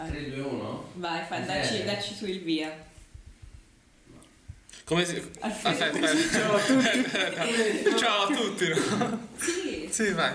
3, 2, 1? Vai, dacci tu il via. Come si... Aspetta. Ciao a tutti. Ciao a tutti. No? Sì, vai.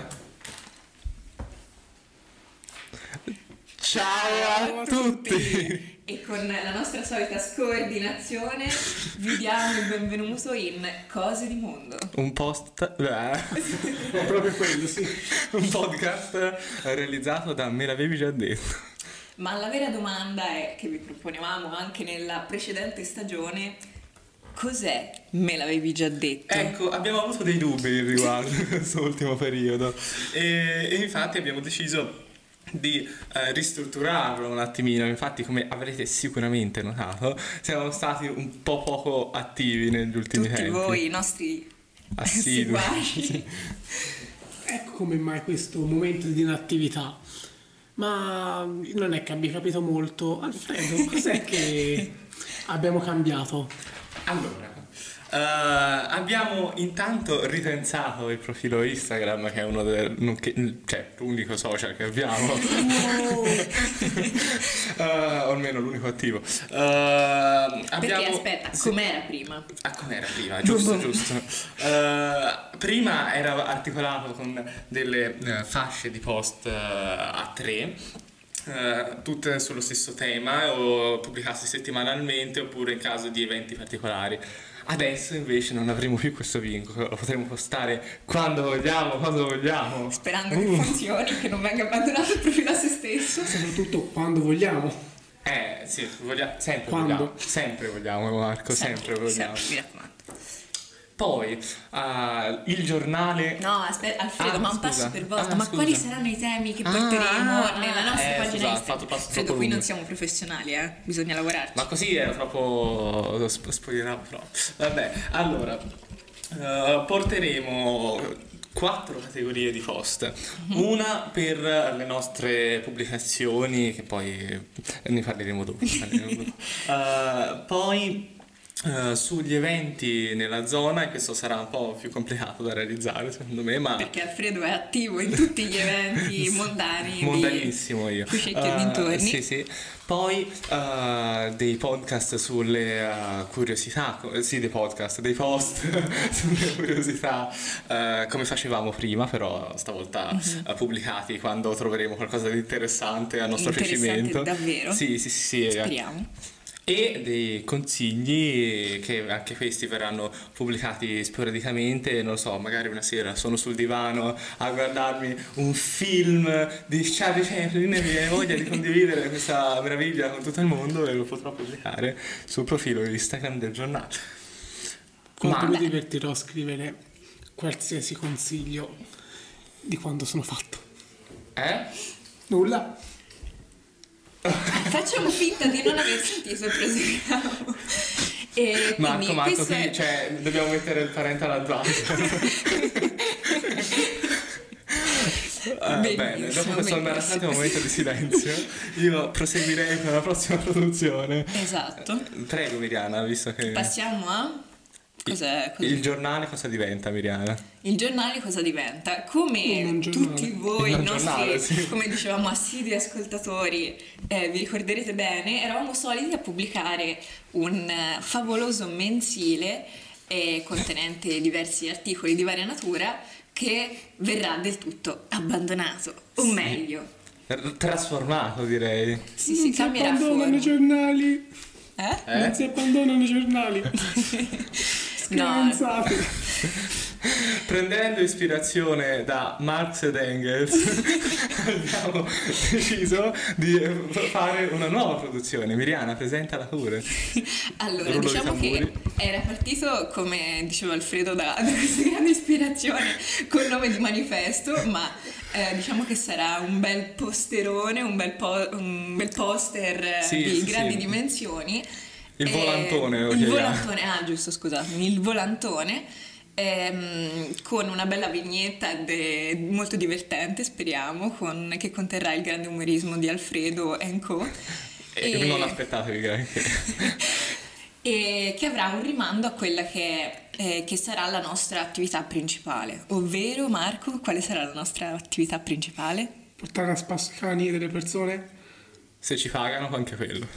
Ciao a tutti. E con la nostra solita scordinazione vi diamo il benvenuto in Cose di Mondo. Un post... Proprio quello, sì. Un podcast realizzato da Me l'avevi già detto. Ma la vera domanda è, che vi proponevamo anche nella precedente stagione: cos'è Me l'avevi già detto? Ecco, abbiamo avuto dei dubbi riguardo questo ultimo periodo e infatti abbiamo deciso di ristrutturarlo un attimino. Infatti, come avrete sicuramente notato, siamo stati un po' poco attivi negli ultimi Tutti tempi. voi, i nostri assidui. seguaci. Ecco come mai questo momento di inattività. Ma non è che abbia capito molto. Alfredo, cos'è che abbiamo cambiato? Allora, abbiamo intanto ripensato il profilo Instagram, che è uno l'unico social che abbiamo, o almeno l'unico attivo. Perché aspetta, com'era prima? Com'era prima, giusto. Prima era articolato con delle fasce di post a 3, tutte sullo stesso tema, o pubblicate settimanalmente oppure in caso di eventi particolari. Adesso invece non avremo più questo vincolo, lo potremo postare quando vogliamo. Sperando che funzioni, che non venga abbandonato il profilo a se stesso. Soprattutto quando vogliamo. Sì, sempre Quando? vogliamo. Sempre vogliamo, Marco, sempre vogliamo. Sempre, mi raccomando. Poi il giornale. No, aspetta, Alfredo, ma un scusa. passo per volta. Ma Scusa. quali saranno i temi che porteremo nella nostra pagina scusa, ho Instagram? fatto passo Alfredo, troppo qui non lungo. siamo professionali, bisogna lavorarci. Ma così era troppo spoileravo troppo. Vabbè, allora porteremo 4 categorie di post. Una per le nostre pubblicazioni, che poi ne parleremo dopo. Poi sugli eventi nella zona, e questo sarà un po' più complicato da realizzare secondo me, ma Perché Alfredo è attivo in tutti gli eventi mondani. mondanissimo io. Fuscetti e dintorni. Sì. Poi dei podcast sulle curiosità, dei podcast, dei post sulle curiosità, come facevamo prima, però stavolta pubblicati quando troveremo qualcosa di interessante a nostro piacimento. Davvero? Sì. Speriamo. E dei consigli che anche questi verranno pubblicati sporadicamente, non lo so, magari una sera sono sul divano a guardarmi un film di Charlie Chaplin e mi viene voglia di condividere questa meraviglia con tutto il mondo e lo potrò pubblicare sul profilo Instagram del giornale. Quanto mi divertirò a scrivere qualsiasi consiglio di quando sono fatto. Nulla. Facciamo finta di non aver sentito e proseguiamo. E Marco, questo qui è... cioè, dobbiamo mettere il parental advice. Bene, dopo questo imbarazzante momento di silenzio, io proseguirei con la prossima produzione. Esatto. Prego Miriana, visto che... Passiamo a... Cos'è? Il giornale cosa diventa, Miriana? Il giornale cosa diventa? Come tutti voi, i nostri, sì. come dicevamo, assidui ascoltatori, vi ricorderete bene, eravamo soliti a pubblicare un favoloso mensile contenente diversi articoli di varia natura che verrà del tutto abbandonato, o meglio, Trasformato, direi. si cambierà Non si abbandonano forma. i giornali. Eh? Non si abbandonano i giornali. No. Screnzati. Prendendo ispirazione da Marx ed Engels abbiamo deciso di fare una nuova produzione. Miriana, presentala pure. Allora, Rullo di diciamo che tamburi. era partito, come diceva Alfredo, da questa grande ispirazione col nome di manifesto, ma diciamo che sarà un bel posterone, un bel poster di grandi dimensioni. Il volantone lo il chiamiamo. volantone, giusto, scusami, il volantone, con una bella vignetta molto divertente, speriamo, che conterrà il grande umorismo di Alfredo &Co. E non aspettatevi granché. E che avrà un rimando a quella che sarà la nostra attività principale. Ovvero, Marco, quale sarà la nostra attività principale? Portare a spasso i cani delle persone? Se ci pagano anche quello.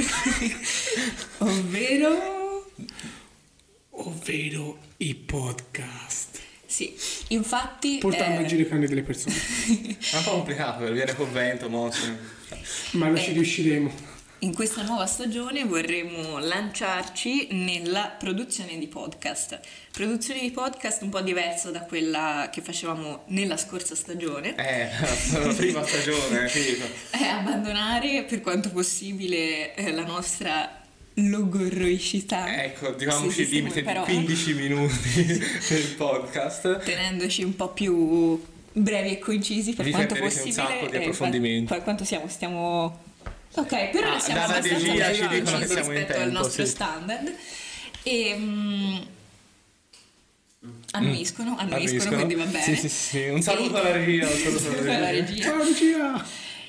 Ovvero i podcast. Sì, infatti... Portando a giro i cani delle persone. È un po' complicato, viene convento, Ma non ci riusciremo. In questa nuova stagione vorremmo lanciarci nella produzione di podcast. Produzione di podcast un po' diversa da quella che facevamo nella scorsa stagione. La prima stagione, figo. Abbandonare per quanto possibile la nostra logorroicità. Ecco, diamoci il limite di 15 minuti per il podcast. Tenendoci un po' più brevi e concisi per Vi quanto perderete possibile. un sacco di approfondimenti. Quanto siamo? Stiamo... Ok, però siamo dalla abbastanza regia ci concisi dicono che siamo in rispetto al tempo, nostro sì. standard. E... annuiscono, quindi va bene. Sì. Un saluto alla regia. Alla regia. Ciao regia!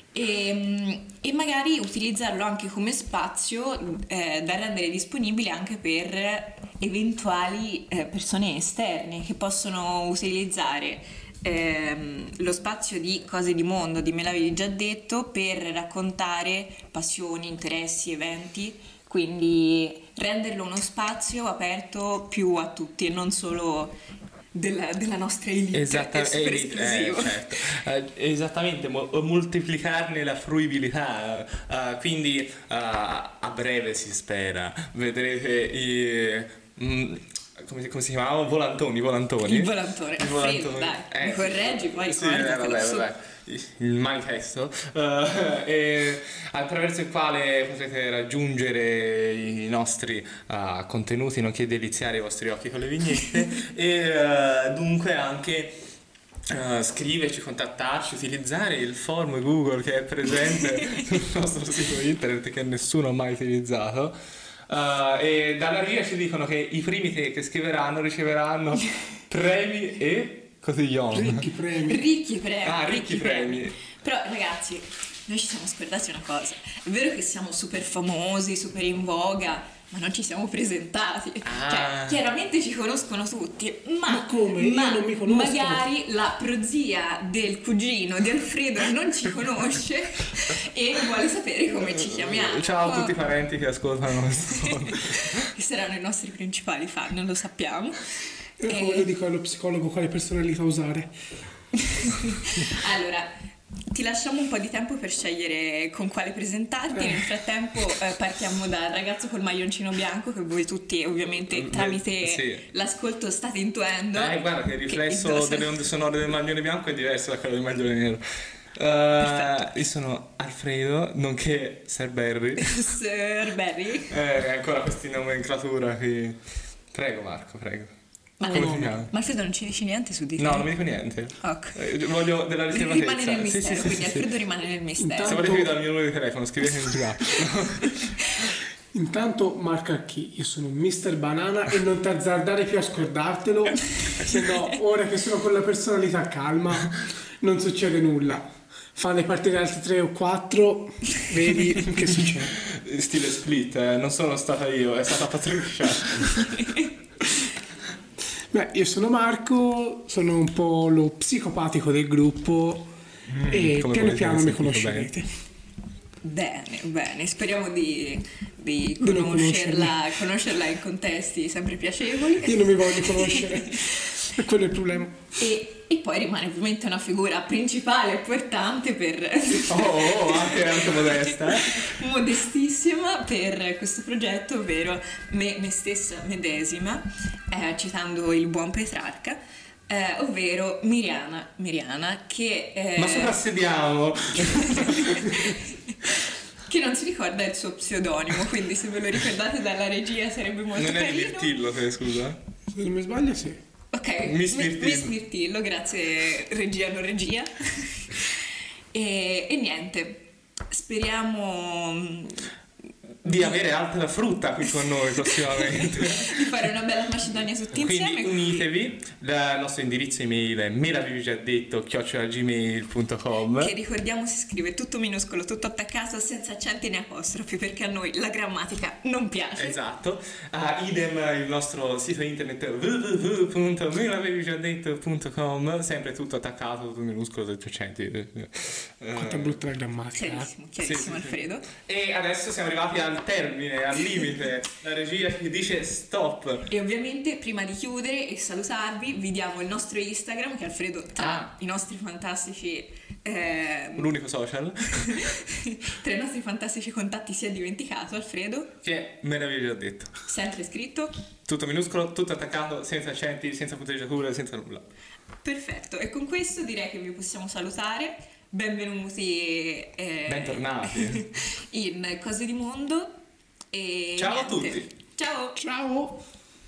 E magari utilizzarlo anche come spazio da rendere disponibile anche per eventuali persone esterne che possono utilizzare lo spazio di Cose di Mondo, di Me l'avevi già detto, per raccontare passioni, interessi, eventi, quindi renderlo uno spazio aperto più a tutti e non solo della nostra elite. Super esclusivo. Certo. Esattamente, moltiplicarne la fruibilità, quindi a breve si spera vedrete come si chiamava? Volantoni. Il volantone. Alfredo, dai, mi correggi poi. Sì, vabbè. Il manifesto attraverso il quale potrete raggiungere i nostri contenuti, nonché deliziare i vostri occhi con le vignette e dunque anche scriverci, contattarci, utilizzare il form Google che è presente sul nostro sito internet che nessuno ha mai utilizzato. E dalla regia ci dicono che i primi che scriveranno riceveranno premi e cotillon. Ricchi premi. Ricchi premi. Però ragazzi, noi ci siamo scordati una cosa. È vero che siamo super famosi, super in voga, ma non ci siamo presentati. Cioè, chiaramente ci conoscono tutti, ma come? Io non mi conosco. Magari la prozia del cugino di Alfredo non ci conosce e vuole sapere come ci chiamiamo. Ciao a tutti i parenti che ascoltano questo. Che saranno i nostri principali fan, non lo sappiamo. Io dico allo psicologo quale personalità usare. Allora, ti lasciamo un po' di tempo per scegliere con quale presentarti. Nel frattempo partiamo dal ragazzo col maglioncino bianco che voi tutti ovviamente tramite l'ascolto state intuendo. Guarda che il riflesso delle onde sonore del maglione bianco è diverso da quello del maglione nero. Io sono Alfredo, nonché Sir Barry. Sir Barry? Ancora questa nomenclatura qui. Prego Marco, prego. Ma Alfredo non ci dici niente su di te? No, non mi dico niente. Okay. Voglio della riservatezza. Rimane nel mistero, quindi Alfredo rimane nel mistero. Se volete vi do il mio numero di telefono, scrivetemi già. Intanto Marco chi? Io sono Mr. Banana e non t'azzardare più a scordartelo, se no ora che sono con la personalità calma non succede nulla. Fanno partire altri 3 o 4, vedi che succede. Stile Split, non sono stata io, è stata Patricia. Beh, io sono Marco, sono un po' lo psicopatico del gruppo e piano piano mi conoscerete. Bene, speriamo di conoscerla in contesti sempre piacevoli. Io non mi voglio conoscere, e quello è il problema. E poi rimane ovviamente una figura principale e portante per anche modesta, modestissima per questo progetto, ovvero me stessa medesima, citando il buon Petrarca, ovvero Miriana che ma soprassediamo che non si ricorda il suo pseudonimo, quindi se ve lo ricordate dalla regia sarebbe molto carino. Non è Mirtillo, scusa? Se non mi sbaglio sì. Ok, Miss Mirtillo, grazie regia non regia. e niente, speriamo di avere altra frutta qui con noi prossimamente. Di fare una bella Macedonia tutti insieme. Quindi unitevi, il nostro indirizzo email è melavivigiadetto@gmail.com, che ricordiamo si scrive tutto minuscolo, tutto attaccato, senza accenti né apostrofi, perché a noi la grammatica non piace. esatto. Idem il nostro sito internet www.melavivigiadetto.com, sempre tutto attaccato, tutto minuscolo, tutto accenti. Quanto è brutta la grammatica. Chiarissimo, Sì. Alfredo. E adesso siamo arrivati al termine, al limite, la regia che dice stop. E ovviamente prima di chiudere e salutarvi vi diamo il nostro Instagram, che Alfredo tra i nostri fantastici L'unico social tra i nostri fantastici contatti si è dimenticato, Alfredo, che me l'avevi già detto. sempre scritto. Tutto minuscolo, tutto attaccato, senza accenti, senza punteggiature, senza nulla. Perfetto, e con questo direi che vi possiamo salutare. Benvenuti Bentornati in Cose di Mondo e Ciao a niente. tutti. Ciao. Ciao!